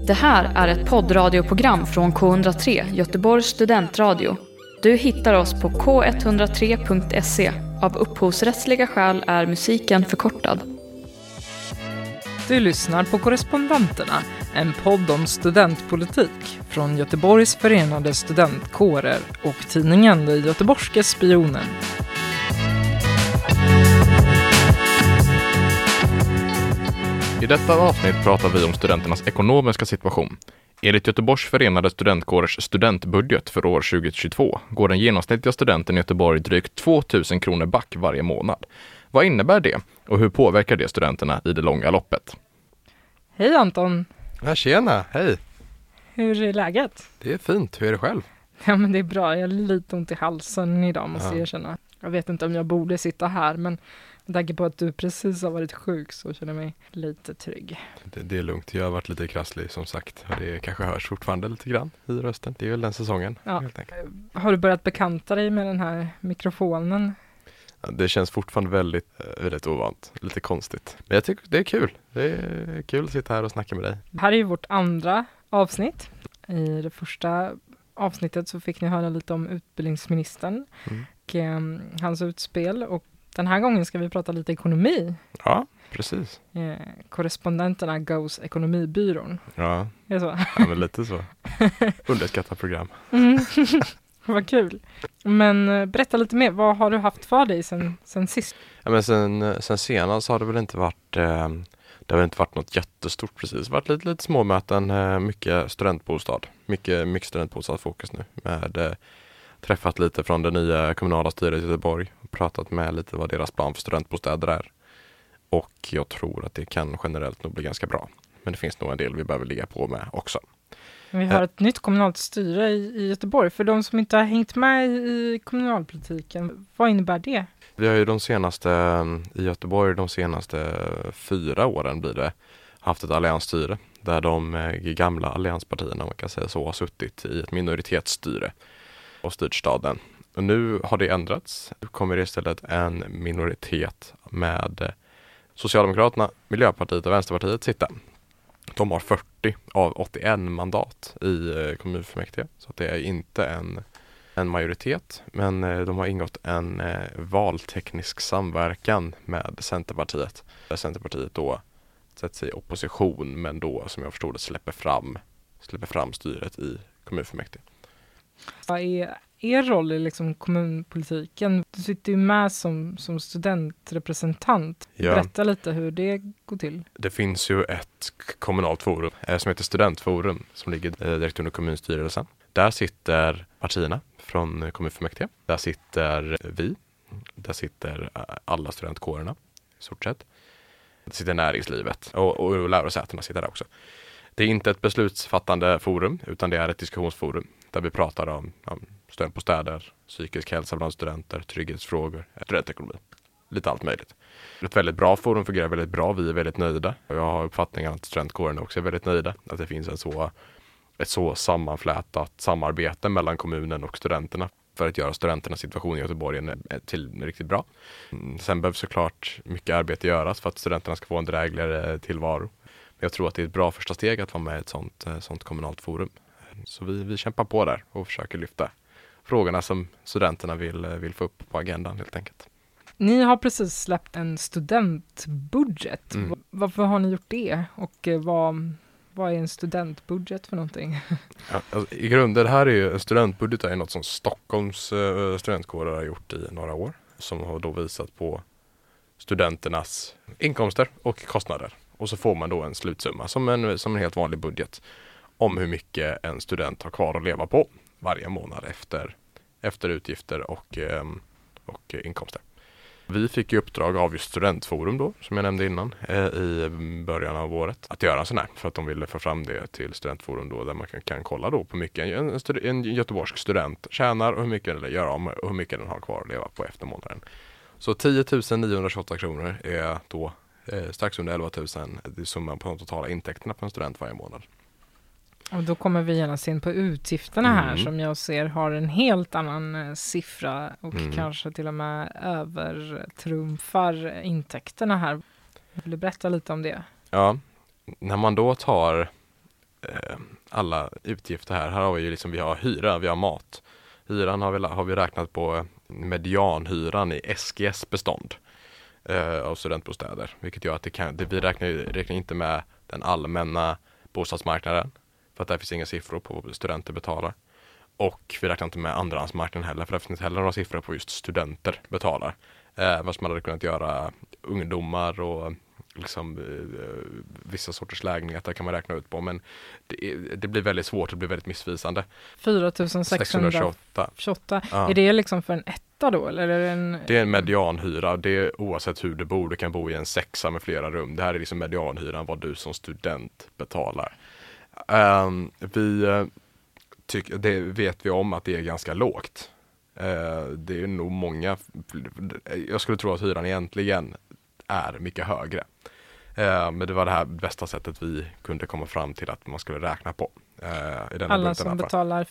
Det här är ett poddradioprogram från K103, Göteborgs studentradio. Du hittar oss på k103.se. Av upphovsrättsliga skäl är musiken förkortad. Du lyssnar på Korrespondenterna, en podd om studentpolitik från Göteborgs förenade studentkårer och tidningen Den Göteborgske Spionen. I detta avsnitt pratar vi om studenternas ekonomiska situation. Enligt Göteborgs förenade studentkårers studentbudget för år 2022 går den genomsnittliga studenten i Göteborg drygt 2 000 kronor back varje månad. Vad innebär det och hur påverkar det studenterna i det långa loppet? Hej Anton! Ja, tjena, hej! Hur är läget? Det är fint, hur är det själv? Ja, men det är bra. Jag har lite ont i halsen idag, måste jag erkänna. Jag vet inte om jag borde sitta här, men med tanke på att du precis har varit sjuk så känner jag mig lite trygg. Det är lugnt, jag har varit lite krasslig som sagt. Det kanske hörs fortfarande lite grann i rösten. Det är väl den säsongen. Ja. Har du börjat bekanta dig med den här mikrofonen? Ja, det känns fortfarande väldigt ovant, lite konstigt. Men jag tycker det är kul. Det är kul att sitta här och snacka med dig. Det här är ju vårt andra avsnitt. I det första avsnittet så fick ni höra lite om utbildningsministern och hans utspel. Och den här gången ska vi prata lite ekonomi. Ja, precis. Korrespondenterna Goes ekonomibyrån. Ja, är det så? Ja, men lite så. Underskattat program. Vad kul. Men berätta lite mer. Vad har du haft för dig sen sist? Ja, men sen senast har det väl inte varit... Det har inte varit något jättestort precis. Det har varit lite småmöten, mycket studentbostad. Mycket studentbostadsfokus nu. Med träffat lite från det nya kommunala styret i Göteborg. Och pratat med lite vad deras plan för studentbostäder är. Och jag tror att det kan generellt nog bli ganska bra. Men det finns nog en del vi behöver ligga på med också. Vi har ett nytt kommunalt styre i Göteborg. För de som inte har hängt med i kommunalpolitiken, vad innebär det? Vi har ju i Göteborg de senaste 4 åren blir det haft ett alliansstyre där de gamla allianspartierna, man kan säga så, har suttit i ett minoritetsstyre och styrt staden. Och nu har det ändrats. Nu kommer det istället en minoritet med Socialdemokraterna, Miljöpartiet och Vänsterpartiet sitta. De har 40 av 81 mandat i kommunfullmäktige, så att det är inte en majoritet, men de har ingått en valteknisk samverkan med Centerpartiet. Där Centerpartiet då sätter sig i opposition, men då som jag förstår det släpper fram styret i kommunfullmäktige. Vad är er roll i liksom kommunpolitiken? Du sitter ju med som studentrepresentant. Ja. Berätta lite hur det går till. Det finns ju ett kommunalt forum som heter Studentforum som ligger direkt under kommunstyrelsen. Där sitter partierna från kommunfullmäktige. Där sitter vi. Där sitter alla studentkårerna i stort sett. Där sitter näringslivet och lärosätena sitter där också. Det är inte ett beslutsfattande forum utan det är ett diskussionsforum där vi pratar om studentbostäder, psykisk hälsa bland studenter, trygghetsfrågor, studentekonomi. Lite allt möjligt. Ett väldigt bra forum, fungerar väldigt bra. Vi är väldigt nöjda. Jag har uppfattningen att studentkårerna också är väldigt nöjda. Att det finns ett så sammanflätat samarbete mellan kommunen och studenterna för att göra studenternas situation i Göteborg till riktigt bra. Sen behövs såklart mycket arbete göras för att studenterna ska få en drägligare tillvaro. Men jag tror att det är ett bra första steg att vara med i ett sånt kommunalt forum. Så vi kämpar på där och försöker lyfta frågorna som studenterna vill få upp på agendan helt enkelt. Ni har precis släppt en studentbudget. Varför har ni gjort det? Och vad är en studentbudget för någonting? Ja, alltså, i grunden, det här är ju en studentbudget är något som Stockholms studentkårer har gjort i några år. Som har då visat på studenternas inkomster och kostnader. Och så får man då en slutsumma som en helt vanlig budget om hur mycket en student har kvar att leva på varje månad efter utgifter och inkomster. Vi fick i uppdrag av just Studentforum då, som jag nämnde innan, i början av året att göra en sån här för att de ville få fram det till Studentforum då där man kan kolla då på hur mycket en göteborgsk student tjänar och hur mycket den gör om och hur mycket den har kvar att leva på efter månaden. Så 10 928 kronor är då strax under 11 000 det är summan på de totala intäkterna på en student varje månad. Och då kommer vi genast in på utgifterna här som jag ser har en helt annan siffra och kanske till och med övertrumfar intäkterna här. Vill du berätta lite om det? Ja, när man då tar alla utgifter här. Här har vi ju liksom, vi har hyra, vi har mat. Hyran har vi räknat på medianhyran i SGS bestånd av studentbostäder. Vilket gör att vi räknar inte med den allmänna bostadsmarknaden. För att där finns inga siffror på vad studenter betalar. Och vi räknar inte med andrahandsmarknaden heller. För där finns inte heller några siffror på just studenter betalar. Vad som man hade kunnat göra ungdomar och liksom, vissa sorters lägenheter kan man räkna ut på. Men det blir väldigt svårt, det blir väldigt missvisande. 4628. Ja. Är det liksom för en etta då? Eller är det Det är en medianhyra. Det är oavsett hur du bor. Du kan bo i en 6 med flera rum. Det här är liksom medianhyran vad du som student betalar. Det vet vi om att det är ganska lågt. Det är nog många. Jag skulle tro att hyran egentligen är mycket högre. Men det var det här bästa sättet vi kunde komma fram till att man skulle räkna på. Alla som betalar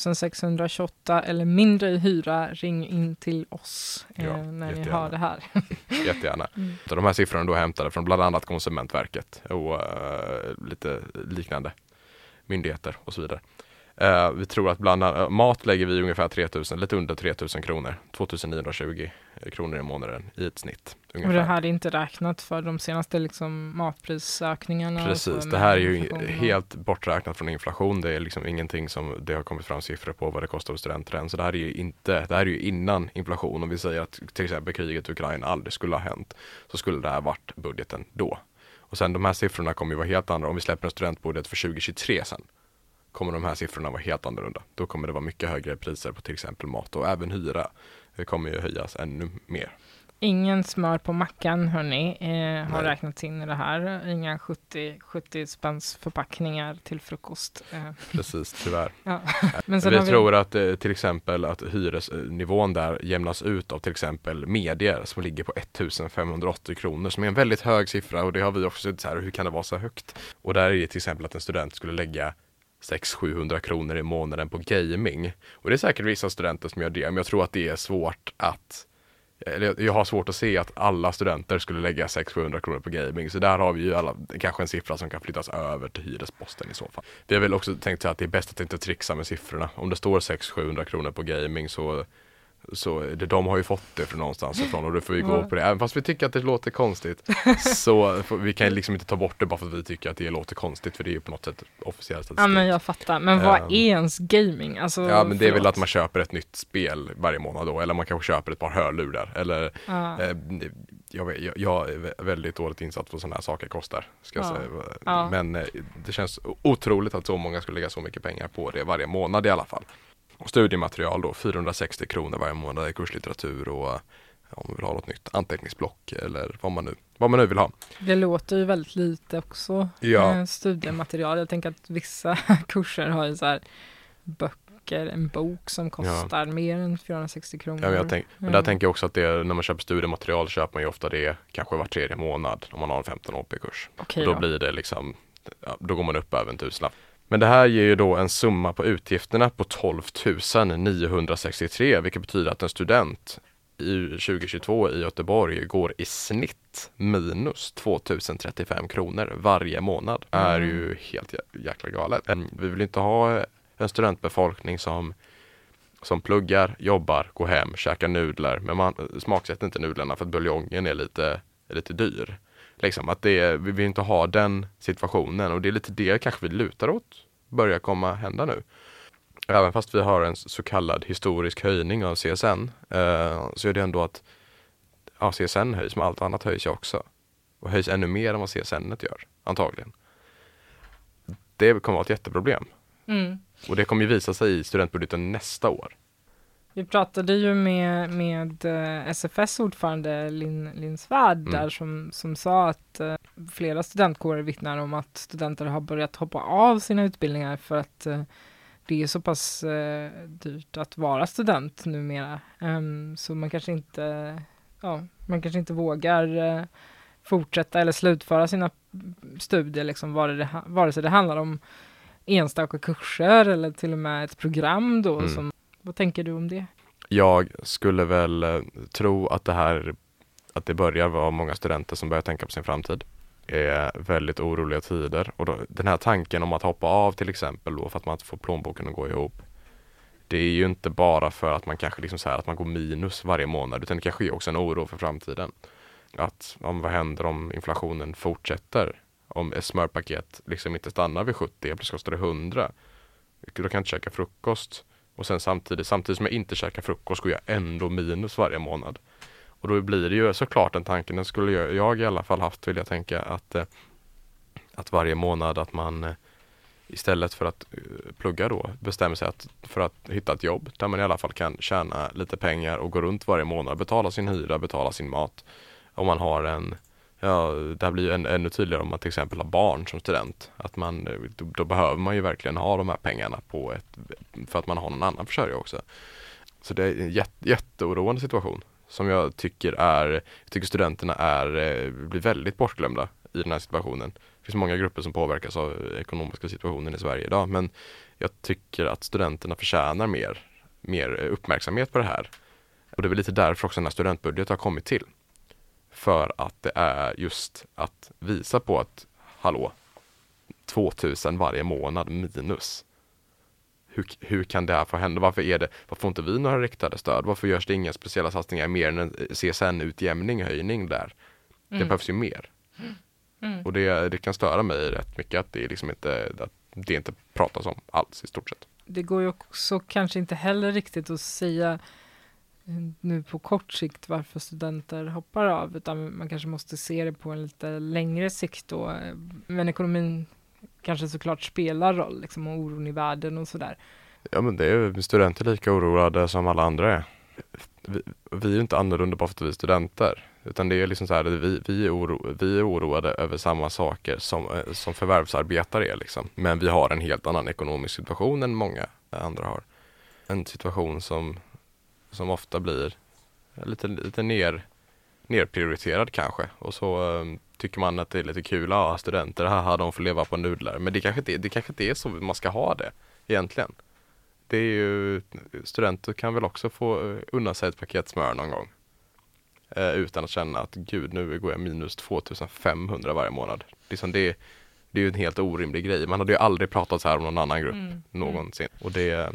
4628 eller mindre i hyra, ring in till oss när ni har det här. Jättegärna. Så de här siffrorna då hämtade från bland annat Konsumentverket och lite liknande myndigheter och så vidare. Vi tror att bland annat mat lägger vi ungefär 3000, lite under 3000 kronor. 2920 kronor i månaden i ett snitt. Ungefär. Och det här är inte räknat för de senaste liksom matprisökningarna? Precis, det här är ju helt borträknat från inflation. Det är liksom ingenting som det har kommit fram siffror på vad det kostar för studenter än. Så det här är ju innan inflation. Om vi säger att till exempel kriget i Ukraina aldrig skulle ha hänt, så skulle det här varit budgeten då. Och sen de här siffrorna kommer ju vara helt andra. Om vi släpper en studentbudget för 2023 sen, kommer de här siffrorna vara helt annorlunda. Då kommer det vara mycket högre priser på till exempel mat och även hyra. Det kommer ju höjas ännu mer. Ingen smör på mackan, hörni, har räknats in i det här. Inga 70 spänns förpackningar till frukost. Precis, tyvärr. Ja. Men vi tror att till exempel att hyresnivån där jämnas ut av till exempel medier som ligger på 1580 kronor, som är en väldigt hög siffra, och det har vi också sett så här, hur kan det vara så högt? Och där är det till exempel att en student skulle lägga 600-700 kronor i månaden på gaming. Och det är säkert vissa studenter som gör det, men jag tror att det är svårt att, jag har svårt att se att alla studenter skulle lägga 600-700 kronor på gaming. Så där har vi ju kanske en siffra som kan flyttas över till hyresposten i så fall. Vi har väl också tänkt att det är bäst att inte trixa med siffrorna. Om det står 600-700 kronor på gaming så de har ju fått det från någonstans ifrån, och då får vi gå på det. Även fast vi tycker att det låter konstigt, så vi kan liksom inte ta bort det bara för att vi tycker att det låter konstigt, för det är ju på något sätt officiellt statistik. Ja, men jag fattar. Men vad är ens gaming? Alltså, ja, men det är väl att man köper ett nytt spel varje månad då, eller man kanske köper ett par hörlurar, eller jag är väldigt dåligt insatt på sådana här saker kostar, ska jag säga. Men det känns otroligt att så många skulle lägga så mycket pengar på det varje månad i alla fall. Och studiematerial då, 460 kronor varje månad i kurslitteratur, och om man vill ha något nytt, anteckningsblock eller vad man nu vill ha. Det låter ju väldigt lite också, studiematerial. Jag tänker att vissa kurser har ju så här böcker, en bok som kostar mer än 460 kronor. Ja, men där tänker jag också att när man köper studiematerial köper man ju ofta det kanske var 3:e månad om man har en 15 AP-kurs. Okej, då blir det liksom, då går man upp över en tusenlapp. Men det här ger ju då en summa på utgifterna på 12 963, vilket betyder att en student i 2022 i Göteborg går i snitt minus 2035 kronor varje månad. Är ju helt jäkla galet. Vi vill inte ha en studentbefolkning som pluggar, jobbar, går hem, käkar nudlar, men man smaksätter inte nudlarna för att buljongen är lite dyr. Liksom att vi vill inte ha den situationen, och det är lite det kanske vi lutar åt börjar komma hända nu. Även fast vi har en så kallad historisk höjning av CSN, så är det ändå att CSN höjs, men allt annat höjs ju också. Och höjs ännu mer än vad CSN gör, antagligen. Det kommer vara ett jätteproblem. Och det kommer ju visa sig i studentbudgeten nästa år. Vi pratade ju med SFS ordförande Linn Svärd där som sa att flera studentkårer vittnar om att studenter har börjat hoppa av sina utbildningar för att det är så pass dyrt att vara student numera. Så man kanske inte vågar fortsätta eller slutföra sina studier, liksom, vare sig det handlar om enstaka kurser eller till och med ett program då. Vad tänker du om det? Jag skulle väl tro att det börjar vara många studenter som börjar tänka på sin framtid. är väldigt oroliga tider. Och då, den här tanken om att hoppa av till exempel då, för att man inte får plånboken att gå ihop. Det är ju inte bara för att man kanske liksom så här, att man går minus varje månad, utan det kanske är också en oro för framtiden. Att vad händer om inflationen fortsätter? Om ett smörpaket liksom inte stannar vid 70, plötsligt kostar det 100. Då kan jag inte käka frukost. Och sen samtidigt som jag inte käkar frukost går jag ändå minus varje månad. Och då blir det ju såklart en tanke, den skulle jag i alla fall haft, vill jag tänka, att varje månad att man istället för att plugga då bestämmer sig för att hitta ett jobb där man i alla fall kan tjäna lite pengar och gå runt varje månad, betala sin hyra, betala sin mat. Om man har det här blir ju ännu tydligare om man till exempel har barn som student. Att då behöver man ju verkligen ha de här pengarna för att man har någon annan försörjare också. Så det är en jätteoroande situation som jag tycker studenterna blir väldigt bortglömda i den här situationen. Det finns många grupper som påverkas av ekonomiska situationen i Sverige idag, men jag tycker att studenterna förtjänar mer uppmärksamhet på det här. Och det är väl lite därför också den här studentbudgeten har kommit till. För att det är just att visa på att 2000 varje månad minus. Hur kan det här få hända? Varför får inte vi några riktade stöd? Varför görs det inga speciella satsningar mer än en CSN-utjämning, höjning där? Det behövs ju mer. Och det kan störa mig rätt mycket att det inte pratas om alls i stort sett. Det går ju också kanske inte heller riktigt att säga nu på kort sikt varför studenter hoppar av, utan man kanske måste se det på en lite längre sikt då. Men ekonomin kanske såklart spelar roll, liksom, och oron i världen och sådär. Ja, men det är ju studenter lika oroade som alla andra är. Vi är ju inte annorlunda bara för att vi är studenter, utan det är liksom så här, vi är oroade över samma saker som förvärvsarbetare är liksom. Men vi har en helt annan ekonomisk situation än många andra har. En situation som ofta blir lite nerprioriterad kanske. Och så tycker man att det är lite kul, studenter, de får leva på nudlar. Men det kanske inte är så man ska ha det egentligen. Det är ju, studenter kan väl också få unna sig ett paket smör någon gång. Utan att känna att gud, nu går jag minus 2500 varje månad. Det är ju en helt orimlig grej. Man hade ju aldrig pratat så här om någon annan grupp någonsin. Och det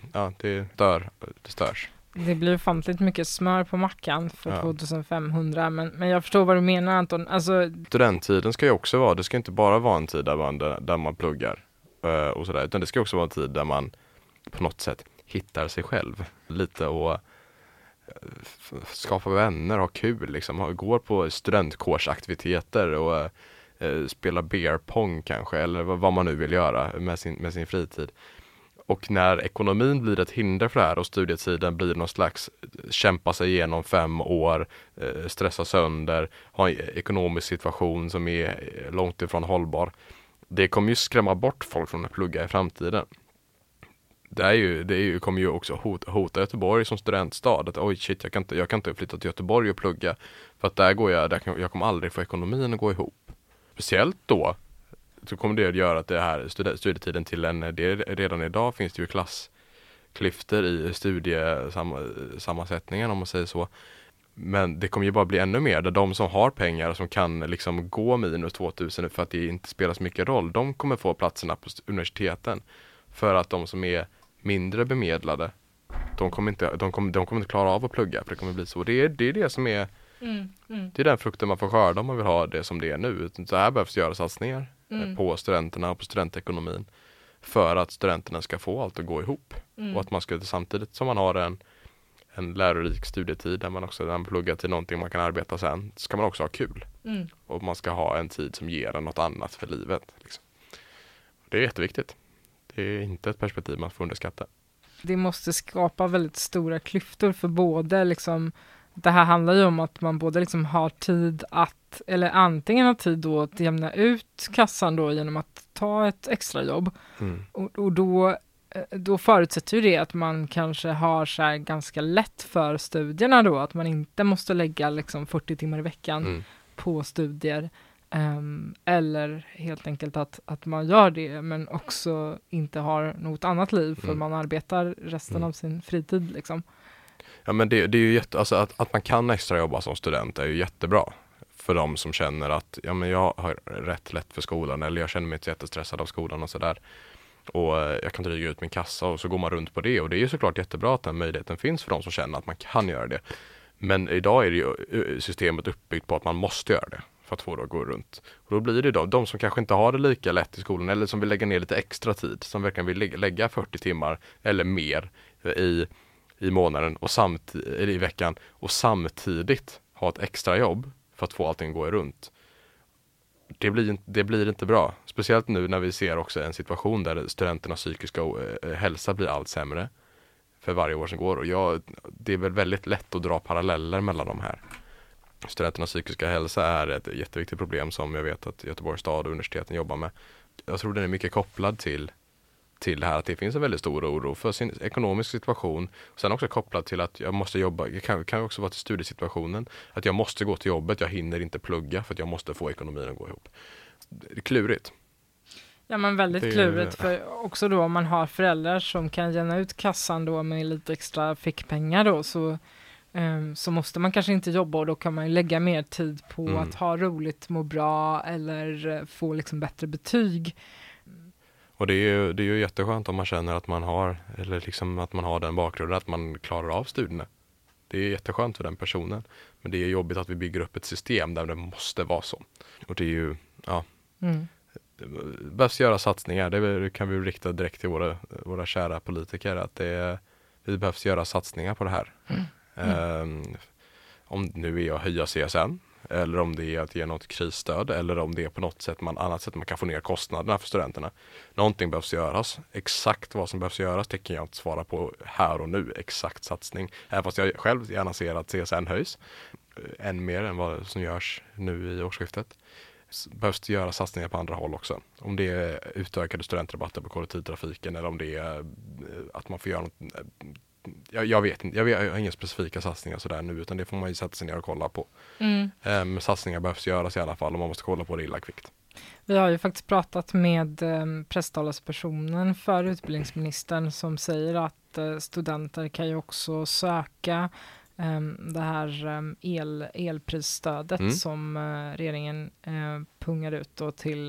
störs. Det blir ofantligt mycket smör på mackan för 2500, men jag förstår vad du menar, Anton. Alltså, studenttiden ska ju också vara, det ska inte bara vara en tid där man pluggar och sådär, utan det ska också vara en tid där man på något sätt hittar sig själv lite och skapar vänner, har kul liksom, går på studentkårsaktiviteter och spelar beer pong kanske, eller vad man nu vill göra med sin fritid. Och när ekonomin blir ett hinder för det här och studietiden blir någon slags kämpa sig igenom 5 år, stressa sönder, ha en ekonomisk situation som är långt ifrån hållbar. Det kommer ju skrämma bort folk från att plugga i framtiden. Det kommer ju också hota Göteborg som studentstad. Att oj shit, jag kan inte flytta till Göteborg och plugga. För att jag kommer aldrig få ekonomin att gå ihop. Speciellt då så kommer det att göra att det här studietiden redan idag finns det ju klassklyftor i studiesammansättningen om man säger så. Men det kommer ju bara bli ännu mer där de som har pengar som kan liksom gå minus 2000 för att det inte spelar så mycket roll, de kommer få platserna på universiteten. För att de som är mindre bemedlade, de kommer inte klara av att plugga, för det kommer bli så. Det är det som är det är den frukten man får skörda om man vill ha det som det är nu. Så här behövs göra satsningar på studenterna och på studentekonomin för att studenterna ska få allt att gå ihop. Och att man ska, samtidigt som man har en lärorik studietid där man pluggar till någonting man kan arbeta sen, ska man också ha kul. Och man ska ha en tid som ger en något annat för livet. Liksom. Det är jätteviktigt. Det är inte ett perspektiv man får underskatta. Det måste skapa väldigt stora klyftor för både liksom, det här handlar ju om att man både liksom har tid att, eller antingen har tid då att jämna ut kassan då genom att ta ett extra jobb. Och då förutsätter ju det att man kanske har så här ganska lätt för studierna då, att man inte måste lägga liksom 40 timmar i veckan på studier. Eller helt enkelt att man gör det men också inte har något annat liv för man arbetar resten av sin fritid liksom. Ja, men det är ju att man kan extra jobba som student är ju jättebra. för de som känner att ja, men jag har rätt lätt för skolan, eller jag känner mig inte jättestressad av skolan och sådär. Och jag kan dryga ut min kassa, och så går man runt på det. Och det är ju såklart jättebra att den möjligheten finns för de som känner att man kan göra det. Men idag är det ju systemet uppbyggt på att man måste göra det för att få det att gå runt. Och då blir det de som kanske inte har det lika lätt i skolan, eller som vill lägga ner lite extra tid, som verkligen vill lägga 40 timmar eller mer i månaden och eller i veckan, och samtidigt ha ett extra jobb för att få allting gå runt. Det blir inte bra. Speciellt nu när vi ser också en situation där studenternas psykiska hälsa blir allt sämre för varje år som går. Och det är väl väldigt lätt att dra paralleller mellan de här. Studenternas psykiska hälsa är ett jätteviktigt problem som jag vet att Göteborgs stad och universiteten jobbar med. Jag tror den är mycket kopplad till det här att det finns en väldigt stor oro för sin ekonomiska situation. Sen också kopplad till att jag måste jobba, det kan också vara till studiesituationen, att jag måste gå till jobbet, jag hinner inte plugga för att jag måste få ekonomin att gå ihop. Det är klurigt. Ja, men väldigt klurigt, för också då om man har föräldrar som kan jämna ut kassan då med lite extra fickpengar då, så måste man kanske inte jobba, och då kan man ju lägga mer tid på att ha roligt, må bra eller få liksom bättre betyg. Och det är ju jätteskönt om man känner att man har, eller liksom att man har den bakgrunden, att man klarar av studierna. Det är jätteskönt för den personen. Men det är jobbigt att vi bygger upp ett system där det måste vara så. Och det är ju, det behövs göra satsningar. Det kan vi rikta direkt till våra kära politiker, att det behövs göra satsningar på det här. Om nu är att höja CSN, eller om det är att ge något krisstöd, eller om det är på något sätt annat sätt man kan få ner kostnaderna för studenterna. Någonting behövs göras. Exakt vad som behövs göras, det kan jag inte svara på här och nu. Exakt satsning. Även fast jag själv gärna ser att CSN höjs än mer än vad som görs nu i årsskiftet. Behövs det göra satsningar på andra håll också. Om det är utökade studentrabatter på kollektivtrafiken, eller om det är att man får göra något. Jag vet inte, jag har inga specifika satsningar sådär nu, utan det får man ju sätta sig ner och kolla på. Satsningar behövs göras i alla fall, och man måste kolla på det illa kvickt. Vi har ju faktiskt pratat med presstalespersonen för utbildningsministern, som säger att studenter kan ju också söka det här elprisstödet som regeringen pungar ut då till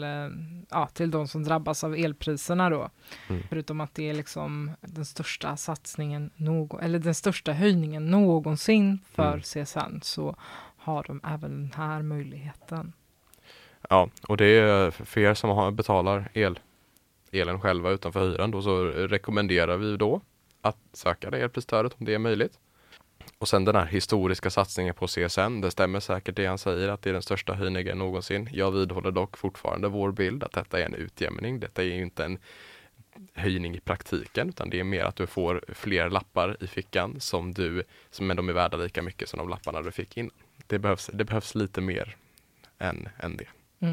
de som drabbas av elpriserna då. Förutom att det är liksom den största satsningen eller den största höjningen någonsin för CSN, så har de även den här möjligheten. Ja, och det är för er som betalar elen själva utanför hyran då, så rekommenderar vi då att söka det elprisstödet om det är möjligt. Och sen den här historiska satsningen på CSN, det stämmer säkert det han säger, att det är den största höjningen någonsin. Jag vidhåller dock fortfarande vår bild att detta är en utjämning. Detta är ju inte en höjning i praktiken, utan det är mer att du får fler lappar i fickan men de är värda lika mycket som de lapparna du fick innan. Det behövs lite mer än det.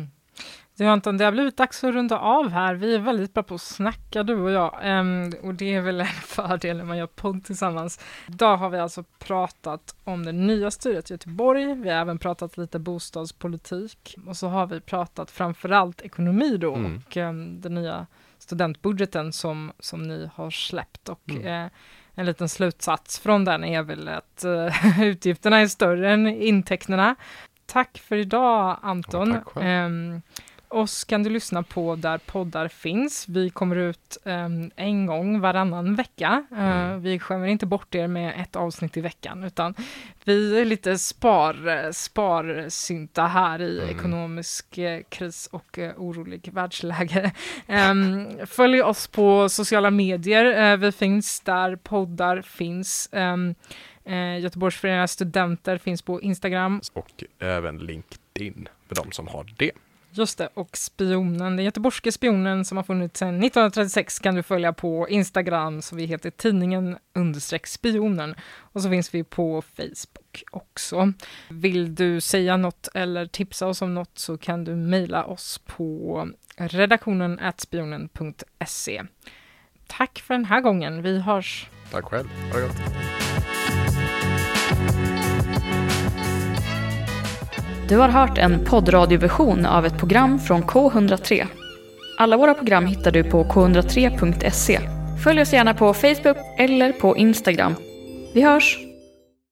Du Anton, det har blivit dags att runda av här. Vi är väldigt bra på att snacka, du och jag. Och det är väl en fördel när man gör podd tillsammans. Idag har vi alltså pratat om det nya styret i Göteborg. Vi har även pratat lite bostadspolitik. Och så har vi pratat framförallt ekonomi då. Och den nya studentbudgeten som ni har släppt. Och en liten slutsats från den är väl att utgifterna är större än intäkterna. Tack för idag, Anton. Ja, tack själv. Oss kan du lyssna på där poddar finns. Vi kommer ut en gång varannan vecka. Vi skämmer inte bort er med ett avsnitt i veckan, utan vi är lite sparsynta här i ekonomisk kris och orolig världsläge. Följ oss på sociala medier. Vi finns där poddar finns. Göteborgs förenade studenter finns på Instagram. Och även LinkedIn för de som har det. Just det, och Spionen, den göteborgske spionen som har funnits sedan 1936 kan du följa på Instagram, så vi heter tidningen_spionen, och så finns vi på Facebook också. Vill du säga något eller tipsa oss om något, så kan du mejla oss på redaktionen@spionen.se. Tack för den här gången, vi hörs. Tack själv, ha det gott. Du har hört en poddradioversion av ett program från K103. Alla våra program hittar du på k103.se. Följ oss gärna på Facebook eller på Instagram. Vi hörs!